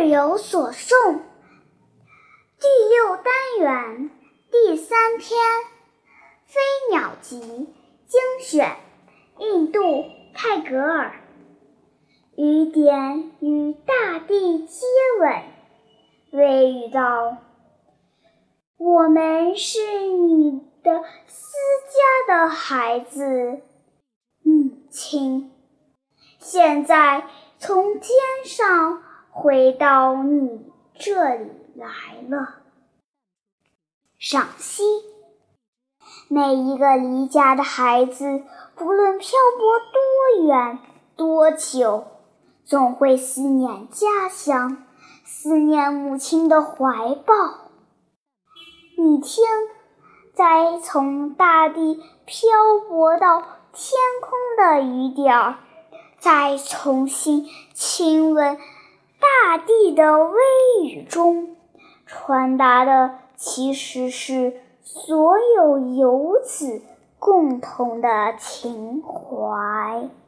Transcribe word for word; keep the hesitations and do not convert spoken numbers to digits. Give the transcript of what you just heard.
日有所诵第六单元第三篇飞鸟集精选，印度泰戈尔。雨点与大地接吻，微语道：我们是你的私家的孩子，母亲，现在从天上回到你这里来了。赏析：每一个离家的孩子，不论漂泊多远多久，总会思念家乡，思念母亲的怀抱。你听，在从大地漂泊到天空的雨点儿，在重新亲吻大地的微雨中，传达的其实是所有游子共同的情怀。